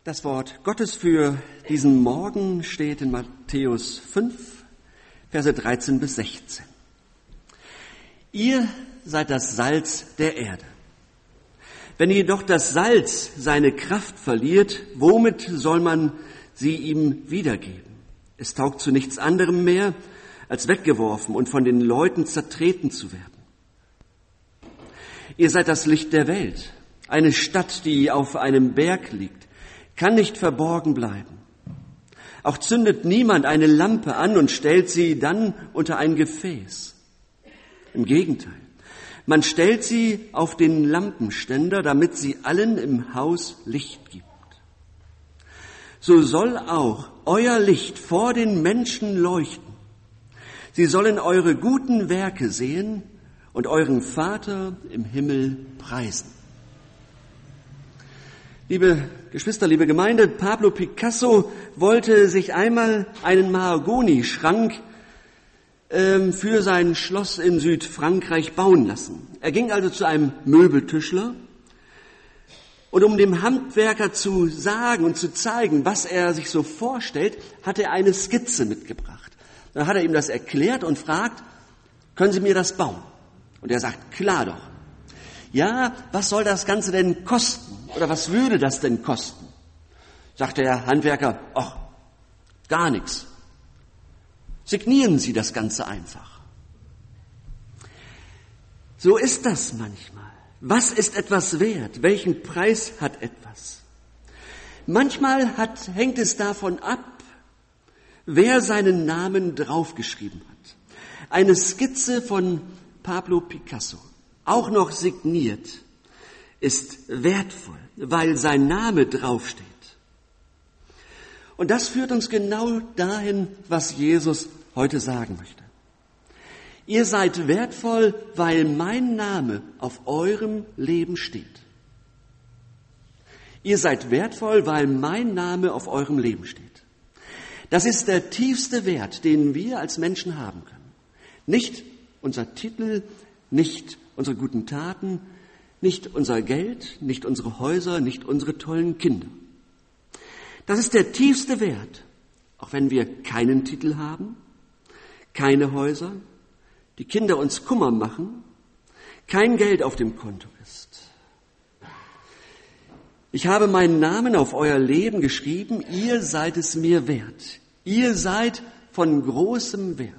Das Wort Gottes für diesen Morgen steht in Matthäus 5, Verse 13 bis 16. Ihr seid das Salz der Erde. Wenn jedoch das Salz seine Kraft verliert, womit soll man sie ihm wiedergeben? Es taugt zu nichts anderem mehr, als weggeworfen und von den Leuten zertreten zu werden. Ihr seid das Licht der Welt. Eine Stadt, die auf einem Berg liegt, kann nicht verborgen bleiben. Auch zündet niemand eine Lampe an und stellt sie dann unter ein Gefäß. Im Gegenteil, man stellt sie auf den Lampenständer, damit sie allen im Haus Licht gibt. So soll auch euer Licht vor den Menschen leuchten. Sie sollen eure guten Werke sehen und euren Vater im Himmel preisen. Liebe Geschwister, liebe Gemeinde, Pablo Picasso wollte sich einmal einen Mahagonischrank für sein Schloss in Südfrankreich bauen lassen. Er ging also zu einem Möbeltischler und um dem Handwerker zu sagen und zu zeigen, was er sich so vorstellt, hat er eine Skizze mitgebracht. Dann hat er ihm das erklärt und fragt, können Sie mir das bauen? Und er sagt, klar doch. Ja, was soll das Ganze denn kosten? Oder was würde das denn kosten? Sagt der Handwerker, ach, gar nichts. Signieren Sie das Ganze einfach. So ist das manchmal. Was ist etwas wert? Welchen Preis hat etwas? Manchmal hängt es davon ab, wer seinen Namen draufgeschrieben hat. Eine Skizze von Pablo Picasso, auch noch signiert, ist wertvoll, weil sein Name draufsteht. Und das führt uns genau dahin, was Jesus heute sagen möchte. Ihr seid wertvoll, weil mein Name auf eurem Leben steht. Ihr seid wertvoll, weil mein Name auf eurem Leben steht. Das ist der tiefste Wert, den wir als Menschen haben können. Nicht unser Titel, nicht unsere guten Taten, nicht unser Geld, nicht unsere Häuser, nicht unsere tollen Kinder. Das ist der tiefste Wert, auch wenn wir keinen Titel haben, keine Häuser, die Kinder uns Kummer machen, kein Geld auf dem Konto ist. Ich habe meinen Namen auf euer Leben geschrieben, ihr seid es mir wert. Ihr seid von großem Wert.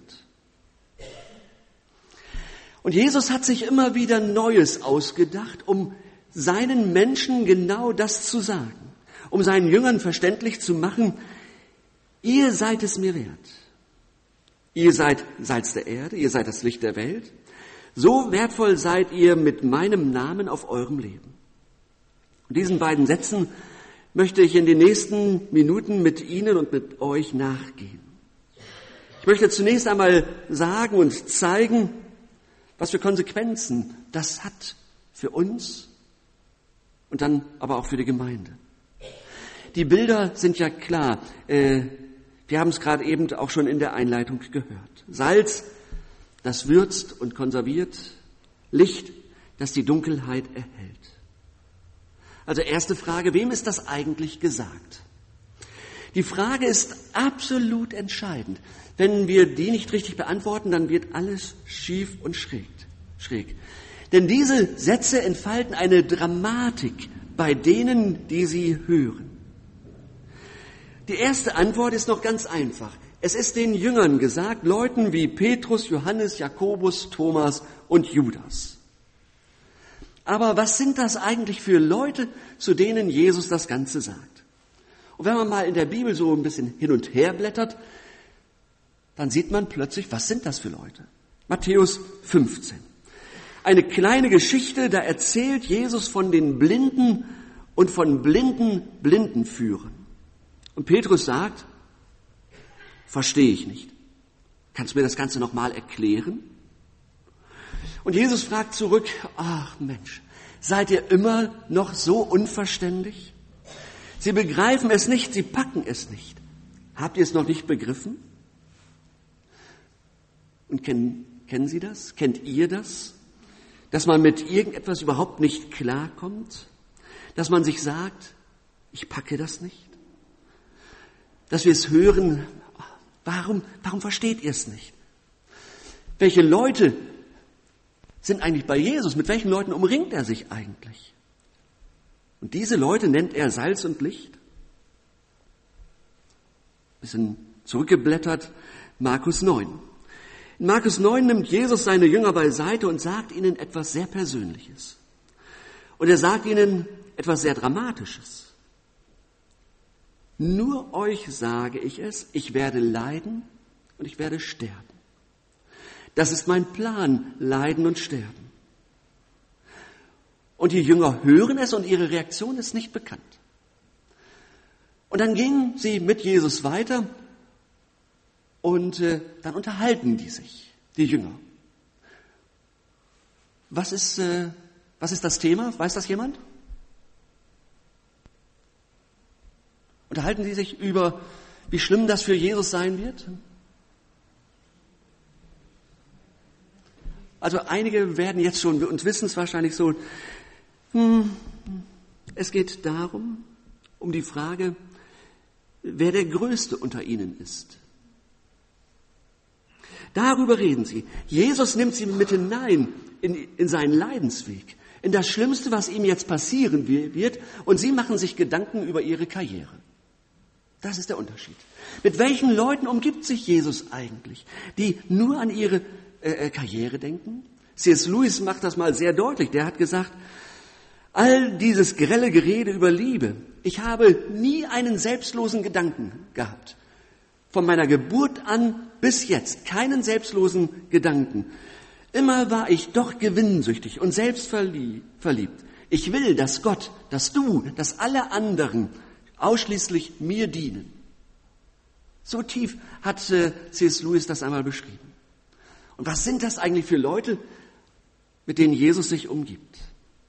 Und Jesus hat sich immer wieder Neues ausgedacht, um seinen Menschen genau das zu sagen, um seinen Jüngern verständlich zu machen, ihr seid es mir wert. Ihr seid Salz der Erde, ihr seid das Licht der Welt. So wertvoll seid ihr mit meinem Namen auf eurem Leben. Und diesen beiden Sätzen möchte ich in den nächsten Minuten mit Ihnen und mit euch nachgehen. Ich möchte zunächst einmal sagen und zeigen, was für Konsequenzen das hat für uns und dann aber auch für die Gemeinde. Die Bilder sind ja klar. Wir haben es gerade eben auch schon in der Einleitung gehört. Salz, das würzt und konserviert. Licht, das die Dunkelheit erhält. Also erste Frage, wem ist das eigentlich gesagt? Die Frage ist absolut entscheidend. Wenn wir die nicht richtig beantworten, dann wird alles schief und schräg. Denn diese Sätze entfalten eine Dramatik bei denen, die sie hören. Die erste Antwort ist noch ganz einfach. Es ist den Jüngern gesagt, Leuten wie Petrus, Johannes, Jakobus, Thomas und Judas. Aber was sind das eigentlich für Leute, zu denen Jesus das Ganze sagt? Und wenn man mal in der Bibel so ein bisschen hin und her blättert, dann sieht man plötzlich, was sind das für Leute? Matthäus 15. Eine kleine Geschichte, da erzählt Jesus von den Blinden und von Blinden führen. Und Petrus sagt, verstehe ich nicht. Kannst du mir das Ganze nochmal erklären? Und Jesus fragt zurück, ach Mensch, seid ihr immer noch so unverständig? Sie begreifen es nicht, sie packen es nicht. Habt ihr es noch nicht begriffen? Und kennen Sie das? Kennt ihr das? Dass man mit irgendetwas überhaupt nicht klarkommt? Dass man sich sagt, Ich packe das nicht. Dass wir es hören, warum versteht ihr es nicht? Welche Leute sind eigentlich bei Jesus? Mit welchen Leuten umringt er sich eigentlich? Und diese Leute nennt er Salz und Licht. Bisschen zurückgeblättert, Markus 9. In Markus 9 nimmt Jesus seine Jünger beiseite und sagt ihnen etwas sehr Persönliches. Und er sagt ihnen etwas sehr Dramatisches. Nur euch sage ich es, ich werde leiden und ich werde sterben. Das ist mein Plan, leiden und sterben. Und die Jünger hören es und ihre Reaktion ist nicht bekannt. Und dann gingen sie mit Jesus weiter und dann unterhalten die sich, die Jünger. Was ist das Thema? Weiß das jemand? Unterhalten sie sich über, wie schlimm das für Jesus sein wird? Also einige werden jetzt schon und wissen es wahrscheinlich so. Es geht darum, um die Frage, wer der Größte unter ihnen ist. Darüber reden sie. Jesus nimmt sie mit hinein in seinen Leidensweg, in das Schlimmste, was ihm jetzt passieren wird, und sie machen sich Gedanken über ihre Karriere. Das ist der Unterschied. Mit welchen Leuten umgibt sich Jesus eigentlich, die nur an ihre Karriere denken? C.S. Lewis macht das mal sehr deutlich. Der hat gesagt, all dieses grelle Gerede über Liebe, ich habe nie einen selbstlosen Gedanken gehabt. Von meiner Geburt an bis jetzt keinen selbstlosen Gedanken. Immer war ich doch gewinnsüchtig und selbstverliebt. Ich will, dass Gott, dass du, dass alle anderen ausschließlich mir dienen. So tief hat C.S. Lewis das einmal beschrieben. Und was sind das eigentlich für Leute, mit denen Jesus sich umgibt?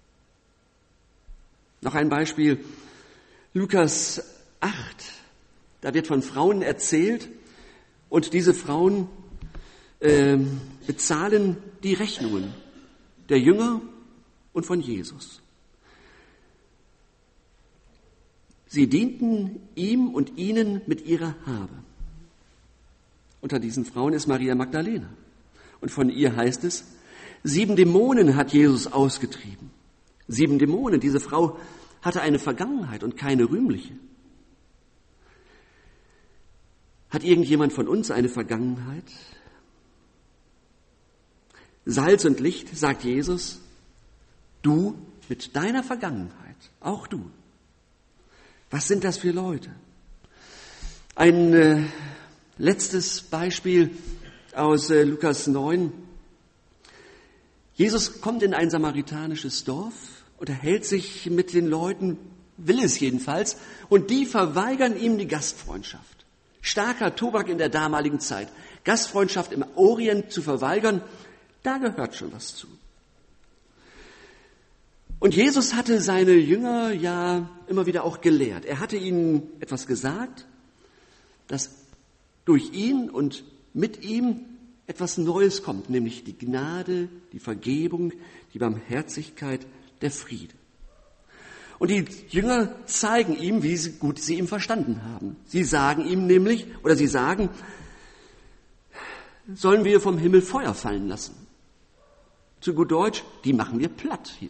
Noch ein Beispiel, Lukas 8. Da wird von Frauen erzählt und diese Frauen bezahlen die Rechnungen der Jünger und von Jesus. Sie dienten ihm und ihnen mit ihrer Habe. Unter diesen Frauen ist Maria Magdalena. Und von ihr heißt es, 7 Dämonen hat Jesus ausgetrieben. 7 Dämonen. Diese Frau hatte eine Vergangenheit und keine rühmliche. Hat irgendjemand von uns eine Vergangenheit? Salz und Licht, sagt Jesus, du mit deiner Vergangenheit, auch du. Was sind das für Leute? Ein letztes Beispiel aus Lukas 9. Jesus kommt in ein samaritanisches Dorf, unterhält sich mit den Leuten, will es jedenfalls, und die verweigern ihm die Gastfreundschaft. Starker Tobak in der damaligen Zeit. Gastfreundschaft im Orient zu verweigern, da gehört schon was zu. Und Jesus hatte seine Jünger ja immer wieder auch gelehrt. Er hatte ihnen etwas gesagt, dass durch ihn und mit ihm etwas Neues kommt, nämlich die Gnade, die Vergebung, die Barmherzigkeit, der Friede. Und die Jünger zeigen ihm, wie gut sie ihn verstanden haben. Sie sagen ihm nämlich, oder sie sagen, sollen wir vom Himmel Feuer fallen lassen? Zu gut Deutsch, die machen wir platt hier.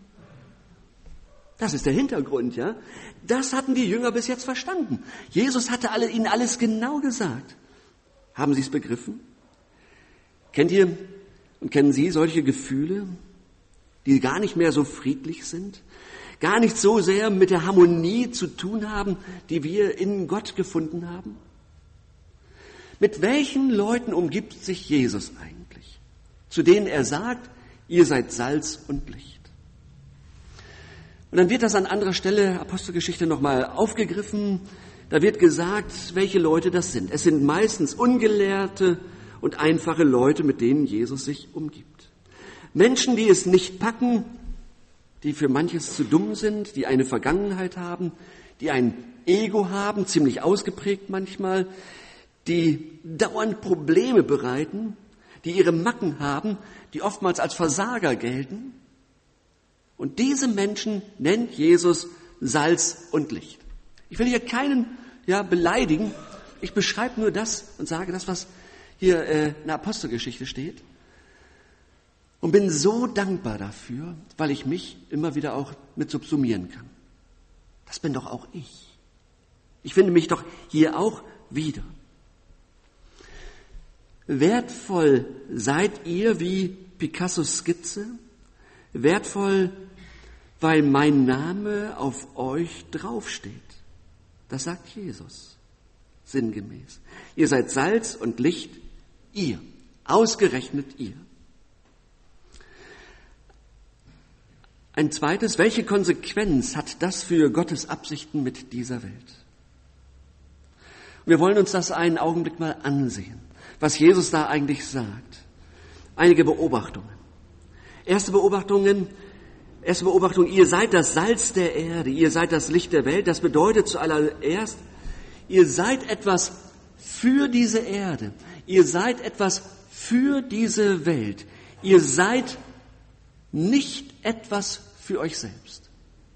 Das ist der Hintergrund, ja. Das hatten die Jünger bis jetzt verstanden. Jesus hatte ihnen alles genau gesagt. Haben Sie es begriffen? Kennt ihr und kennen Sie solche Gefühle, die gar nicht mehr so friedlich sind? Gar nicht so sehr mit der Harmonie zu tun haben, die wir in Gott gefunden haben? Mit welchen Leuten umgibt sich Jesus eigentlich, zu denen er sagt, ihr seid Salz und Licht? Und dann wird das an anderer Stelle, Apostelgeschichte, nochmal aufgegriffen. Da wird gesagt, welche Leute das sind. Es sind meistens ungelehrte und einfache Leute, mit denen Jesus sich umgibt. Menschen, die es nicht packen, die für manches zu dumm sind, die eine Vergangenheit haben, die ein Ego haben, ziemlich ausgeprägt manchmal, die dauernd Probleme bereiten, die ihre Macken haben, die oftmals als Versager gelten. Und diese Menschen nennt Jesus Salz und Licht. Ich will hier keinen beleidigen. Ich beschreibe nur das und sage das, was hier in der Apostelgeschichte steht. Und bin so dankbar dafür, weil ich mich immer wieder auch mit subsumieren kann. Das bin doch auch ich. Ich finde mich doch hier auch wieder. Wertvoll seid ihr wie Picassos Skizze, wertvoll, weil mein Name auf euch draufsteht. Das sagt Jesus, sinngemäß. Ihr seid Salz und Licht, ihr, ausgerechnet ihr. Ein zweites, welche Konsequenz hat das für Gottes Absichten mit dieser Welt? Wir wollen uns das einen Augenblick mal ansehen, was Jesus da eigentlich sagt. Einige Beobachtungen. Erste Beobachtung, ihr seid das Salz der Erde, ihr seid das Licht der Welt. Das bedeutet zuallererst, ihr seid etwas für diese Erde, ihr seid etwas für diese Welt, ihr seid nicht etwas für euch selbst.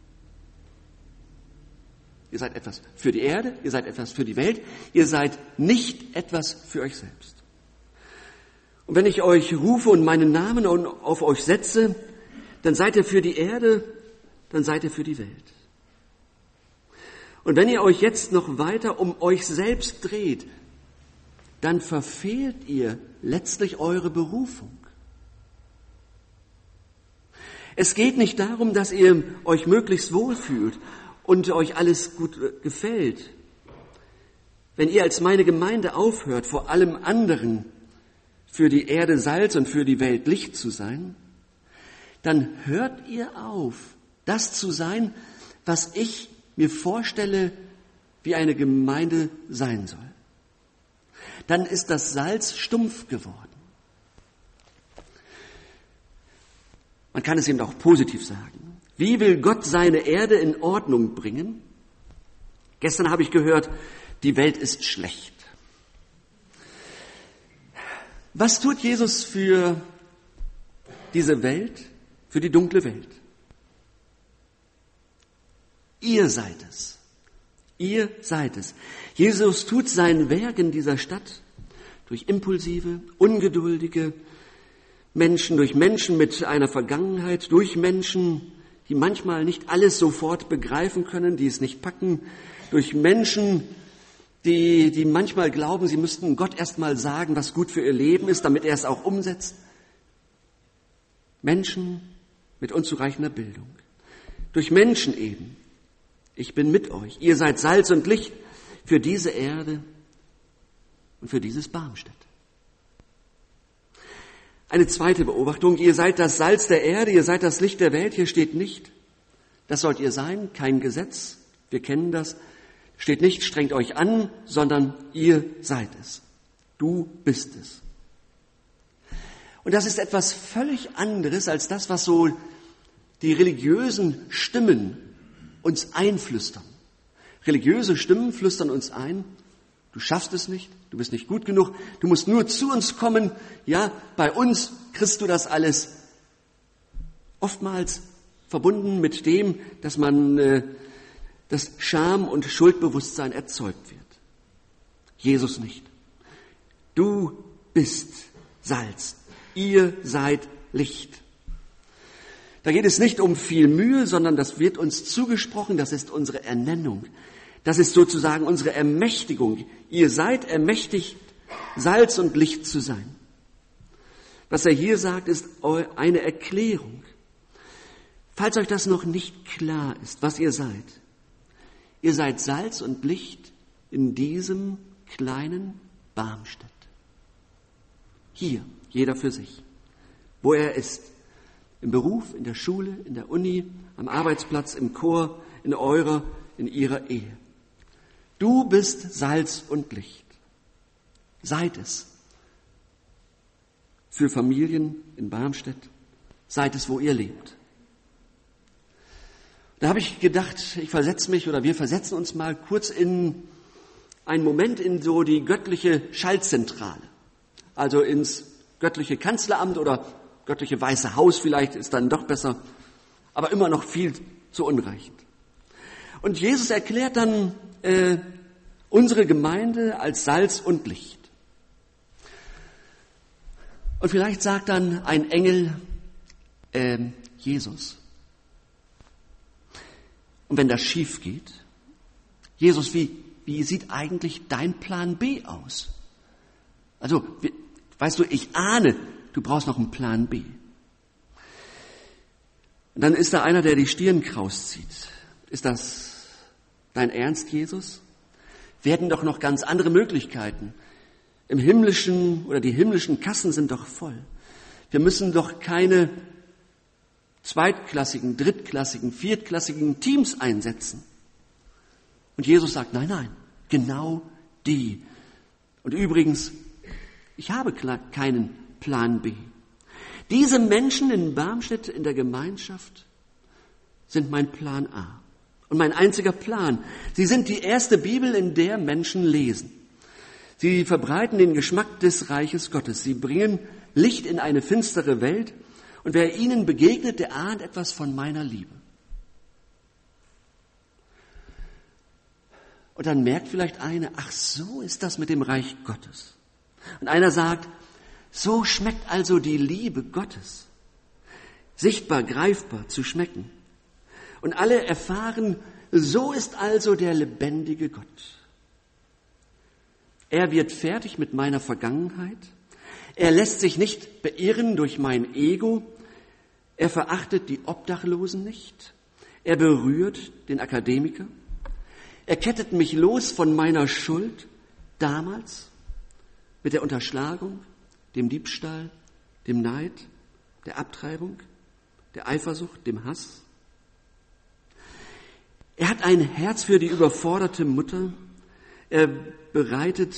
Ihr seid etwas für die Erde, ihr seid etwas für die Welt, ihr seid nicht etwas für euch selbst. Und wenn ich euch rufe und meinen Namen auf euch setze, dann seid ihr für die Erde, dann seid ihr für die Welt. Und wenn ihr euch jetzt noch weiter um euch selbst dreht, dann verfehlt ihr letztlich eure Berufung. Es geht nicht darum, dass ihr euch möglichst wohlfühlt und euch alles gut gefällt. Wenn ihr als meine Gemeinde aufhört, vor allem anderen für die Erde Salz und für die Welt Licht zu sein, dann hört ihr auf, das zu sein, was ich mir vorstelle, wie eine Gemeinde sein soll. Dann ist das Salz stumpf geworden. Man kann es eben auch positiv sagen. Wie will Gott seine Erde in Ordnung bringen? Gestern habe ich gehört, die Welt ist schlecht. Was tut Jesus für diese Welt, für die dunkle Welt? Ihr seid es. Ihr seid es. Jesus tut sein Werk in dieser Stadt durch impulsive, ungeduldige Menschen, durch Menschen mit einer Vergangenheit, durch Menschen, die manchmal nicht alles sofort begreifen können, die es nicht packen, durch Menschen, die manchmal glauben, sie müssten Gott erst mal sagen, was gut für ihr Leben ist, damit er es auch umsetzt. Menschen mit unzureichender Bildung. Durch Menschen eben. Ich bin mit euch. Ihr seid Salz und Licht für diese Erde und für dieses Barmstedt. Eine zweite Beobachtung. Ihr seid das Salz der Erde, ihr seid das Licht der Welt. Hier steht nicht, das sollt ihr sein, kein Gesetz. Wir kennen das. Steht nicht, strengt euch an, sondern ihr seid es. Du bist es. Und das ist etwas völlig anderes als das, was so die religiösen Stimmen uns einflüstern. Religiöse Stimmen flüstern uns ein, du schaffst es nicht, du bist nicht gut genug, du musst nur zu uns kommen, ja, bei uns kriegst du das alles. Oftmals verbunden mit dem, dass das Scham- und Schuldbewusstsein erzeugt wird. Jesus nicht. Du bist Salz. Ihr seid Licht. Da geht es nicht um viel Mühe, sondern das wird uns zugesprochen, das ist unsere Ernennung. Das ist sozusagen unsere Ermächtigung. Ihr seid ermächtigt, Salz und Licht zu sein. Was er hier sagt, ist eine Erklärung. Falls euch das noch nicht klar ist, was ihr seid. Ihr seid Salz und Licht in diesem kleinen Barmstedt. Hier, jeder für sich, wo er ist. Im Beruf, in der Schule, in der Uni, am Arbeitsplatz, im Chor, in ihrer Ehe. Du bist Salz und Licht. Seid es. Für Familien in Barmstedt. Seid es, wo ihr lebt. Da habe ich gedacht, wir versetzen uns mal kurz in einen Moment in so die göttliche Schaltzentrale. Also ins göttliche Kanzleramt oder göttliche Weiße Haus vielleicht ist dann doch besser, aber immer noch viel zu unreichend. Und Jesus erklärt dann unsere Gemeinde als Salz und Licht. Und vielleicht sagt dann ein Engel, Jesus. Und wenn das schief geht, Jesus, wie sieht eigentlich dein Plan B aus? Also, weißt du, ich ahne, du brauchst noch einen Plan B. Und dann ist da einer, der die Stirn kraus zieht. Ist das dein Ernst, Jesus? Wir hätten doch noch ganz andere Möglichkeiten. Im himmlischen oder die himmlischen Kassen sind doch voll. Wir müssen doch keine zweitklassigen, drittklassigen, viertklassigen Teams einsetzen. Und Jesus sagt, nein, genau die. Und übrigens, ich habe keinen Plan B. Diese Menschen in Barmstedt in der Gemeinschaft sind mein Plan A und mein einziger Plan. Sie sind die erste Bibel, in der Menschen lesen. Sie verbreiten den Geschmack des Reiches Gottes. Sie bringen Licht in eine finstere Welt. Und wer ihnen begegnet, der ahnt etwas von meiner Liebe. Und dann merkt vielleicht einer, ach, so ist das mit dem Reich Gottes. Und einer sagt, so schmeckt also die Liebe Gottes. Sichtbar, greifbar zu schmecken. Und alle erfahren, so ist also der lebendige Gott. Er wird fertig mit meiner Vergangenheit. Er lässt sich nicht beirren durch mein Ego. Er verachtet die Obdachlosen nicht. Er berührt den Akademiker. Er kettet mich los von meiner Schuld damals mit der Unterschlagung, dem Diebstahl, dem Neid, der Abtreibung, der Eifersucht, dem Hass. Er hat ein Herz für die überforderte Mutter. Er befreit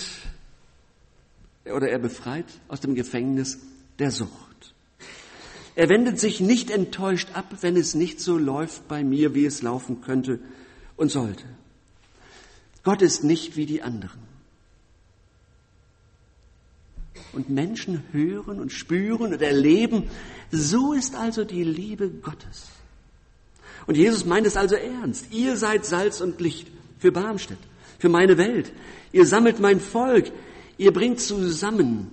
aus dem Gefängnis der Sucht. Er wendet sich nicht enttäuscht ab, wenn es nicht so läuft bei mir, wie es laufen könnte und sollte. Gott ist nicht wie die anderen. Und Menschen hören und spüren und erleben, so ist also die Liebe Gottes. Und Jesus meint es also ernst. Ihr seid Salz und Licht für Barmstedt, für meine Welt. Ihr sammelt mein Volk. Ihr bringt zusammen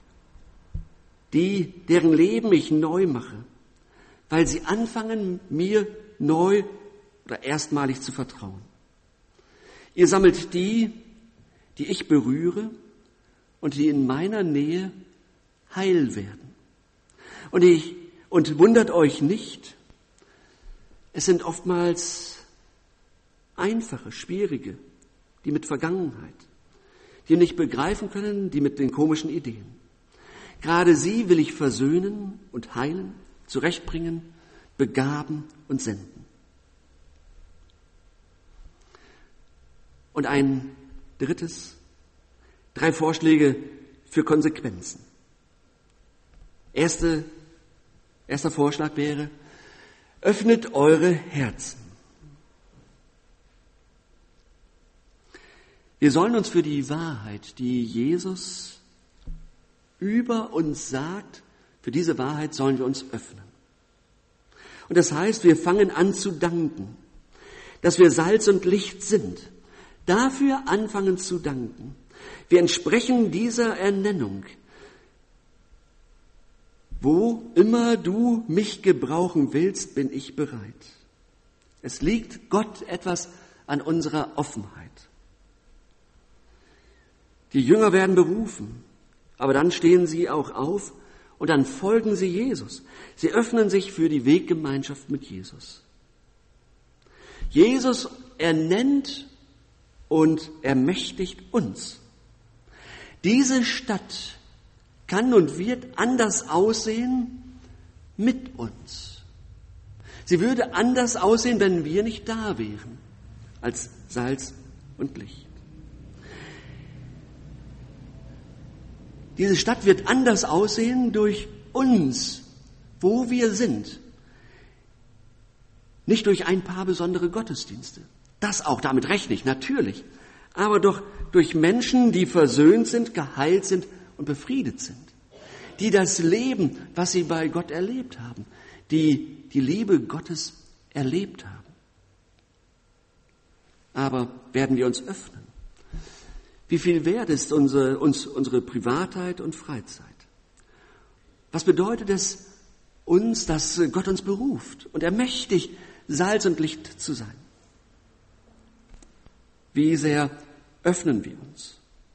die, deren Leben ich neu mache, weil sie anfangen, mir neu oder erstmalig zu vertrauen. Ihr sammelt die, die ich berühre und die in meiner Nähe heil werden. Und wundert euch nicht, es sind oftmals einfache, schwierige, die mit Vergangenheit, die nicht begreifen können, die mit den komischen Ideen. Gerade sie will ich versöhnen und heilen, zurechtbringen, begaben und senden. Und ein drittes, 3 Vorschläge für Konsequenzen. Erster Vorschlag wäre, öffnet eure Herzen. Wir sollen uns für die Wahrheit, die Jesus über uns sagt, für diese Wahrheit sollen wir uns öffnen. Und das heißt, wir fangen an zu danken, dass wir Salz und Licht sind. Dafür anfangen zu danken. Wir entsprechen dieser Ernennung. Wo immer du mich gebrauchen willst, bin ich bereit. Es liegt Gott etwas an unserer Offenheit. Die Jünger werden berufen, aber dann stehen sie auch auf und dann folgen sie Jesus. Sie öffnen sich für die Weggemeinschaft mit Jesus. Jesus ernennt und ermächtigt uns. Diese Stadt kann und wird anders aussehen mit uns. Sie würde anders aussehen, wenn wir nicht da wären, als Salz und Licht. Diese Stadt wird anders aussehen durch uns, wo wir sind. Nicht durch ein paar besondere Gottesdienste. Das auch, damit rechne ich, natürlich. Aber doch durch Menschen, die versöhnt sind, geheilt sind und befriedet sind. Die das Leben, was sie bei Gott erlebt haben, die die Liebe Gottes erlebt haben. Aber werden wir uns öffnen? Wie viel wert ist unsere Privatheit und Freizeit? Was bedeutet es uns, dass Gott uns beruft und ermächtigt, Salz und Licht zu sein? Wie sehr öffnen wir uns?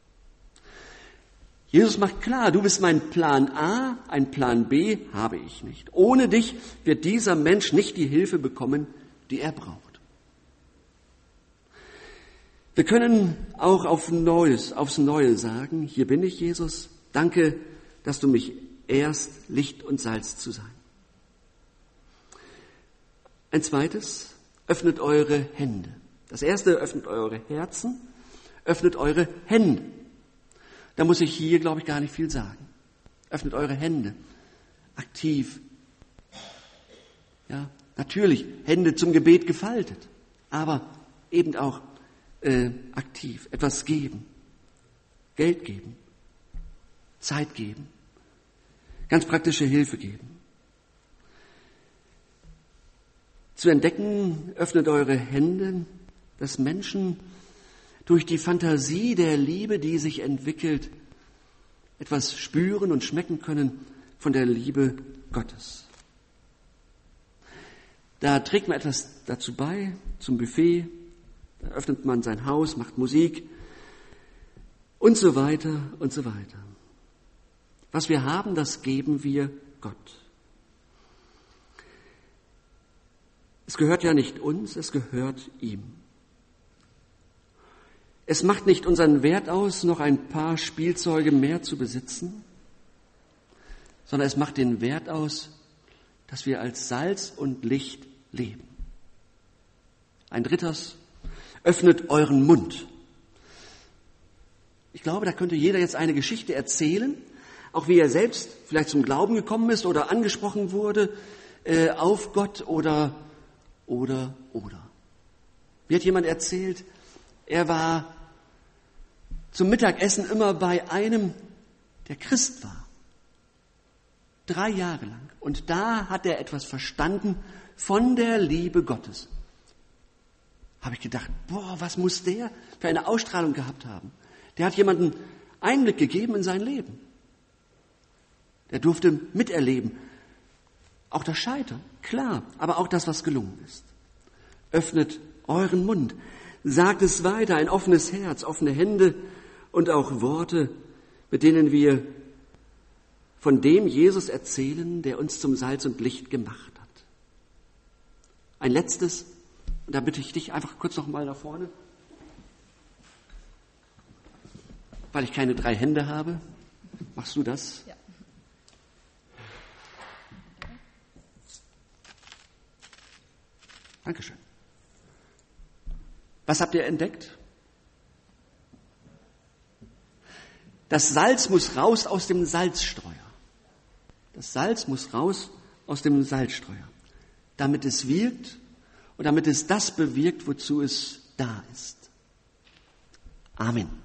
Jesus macht klar, du bist mein Plan A, ein Plan B habe ich nicht. Ohne dich wird dieser Mensch nicht die Hilfe bekommen, die er braucht. Wir können auch aufs Neue sagen, hier bin ich, Jesus, danke, dass du mich ehrst, Licht und Salz zu sein. Ein zweites, öffnet eure Hände. Das erste, öffnet eure Herzen, öffnet eure Hände. Da muss ich hier, glaube ich, gar nicht viel sagen. Öffnet eure Hände. Aktiv. Ja, natürlich, Hände zum Gebet gefaltet. Aber eben auch aktiv. Etwas geben. Geld geben. Zeit geben. Ganz praktische Hilfe geben. Zu entdecken, öffnet eure Hände, dass Menschen durch die Fantasie der Liebe, die sich entwickelt, etwas spüren und schmecken können von der Liebe Gottes. Da trägt man etwas dazu bei, zum Buffet, da öffnet man sein Haus, macht Musik und so weiter und so weiter. Was wir haben, das geben wir Gott. Es gehört ja nicht uns, es gehört ihm. Es macht nicht unseren Wert aus, noch ein paar Spielzeuge mehr zu besitzen, sondern es macht den Wert aus, dass wir als Salz und Licht leben. Ein drittes, öffnet euren Mund. Ich glaube, da könnte jeder jetzt eine Geschichte erzählen, auch wie er selbst vielleicht zum Glauben gekommen ist oder angesprochen wurde auf Gott oder. Mir hat jemand erzählt, er war zum Mittagessen immer bei einem, der Christ war. 3 Jahre lang. Und da hat er etwas verstanden von der Liebe Gottes. Habe ich gedacht, was muss der für eine Ausstrahlung gehabt haben? Der hat jemanden Einblick gegeben in sein Leben. Der durfte miterleben. Auch das Scheitern, klar, aber auch das, was gelungen ist. Öffnet euren Mund, sagt es weiter, ein offenes Herz, offene Hände und auch Worte, mit denen wir von dem Jesus erzählen, der uns zum Salz und Licht gemacht hat. Ein letztes, und da bitte ich dich einfach kurz noch mal nach vorne, weil ich keine 3 Hände habe. Machst du das? Ja. Dankeschön. Was habt ihr entdeckt? Das Salz muss raus aus dem Salzstreuer. Das Salz muss raus aus dem Salzstreuer, damit es wirkt und damit es das bewirkt, wozu es da ist. Amen.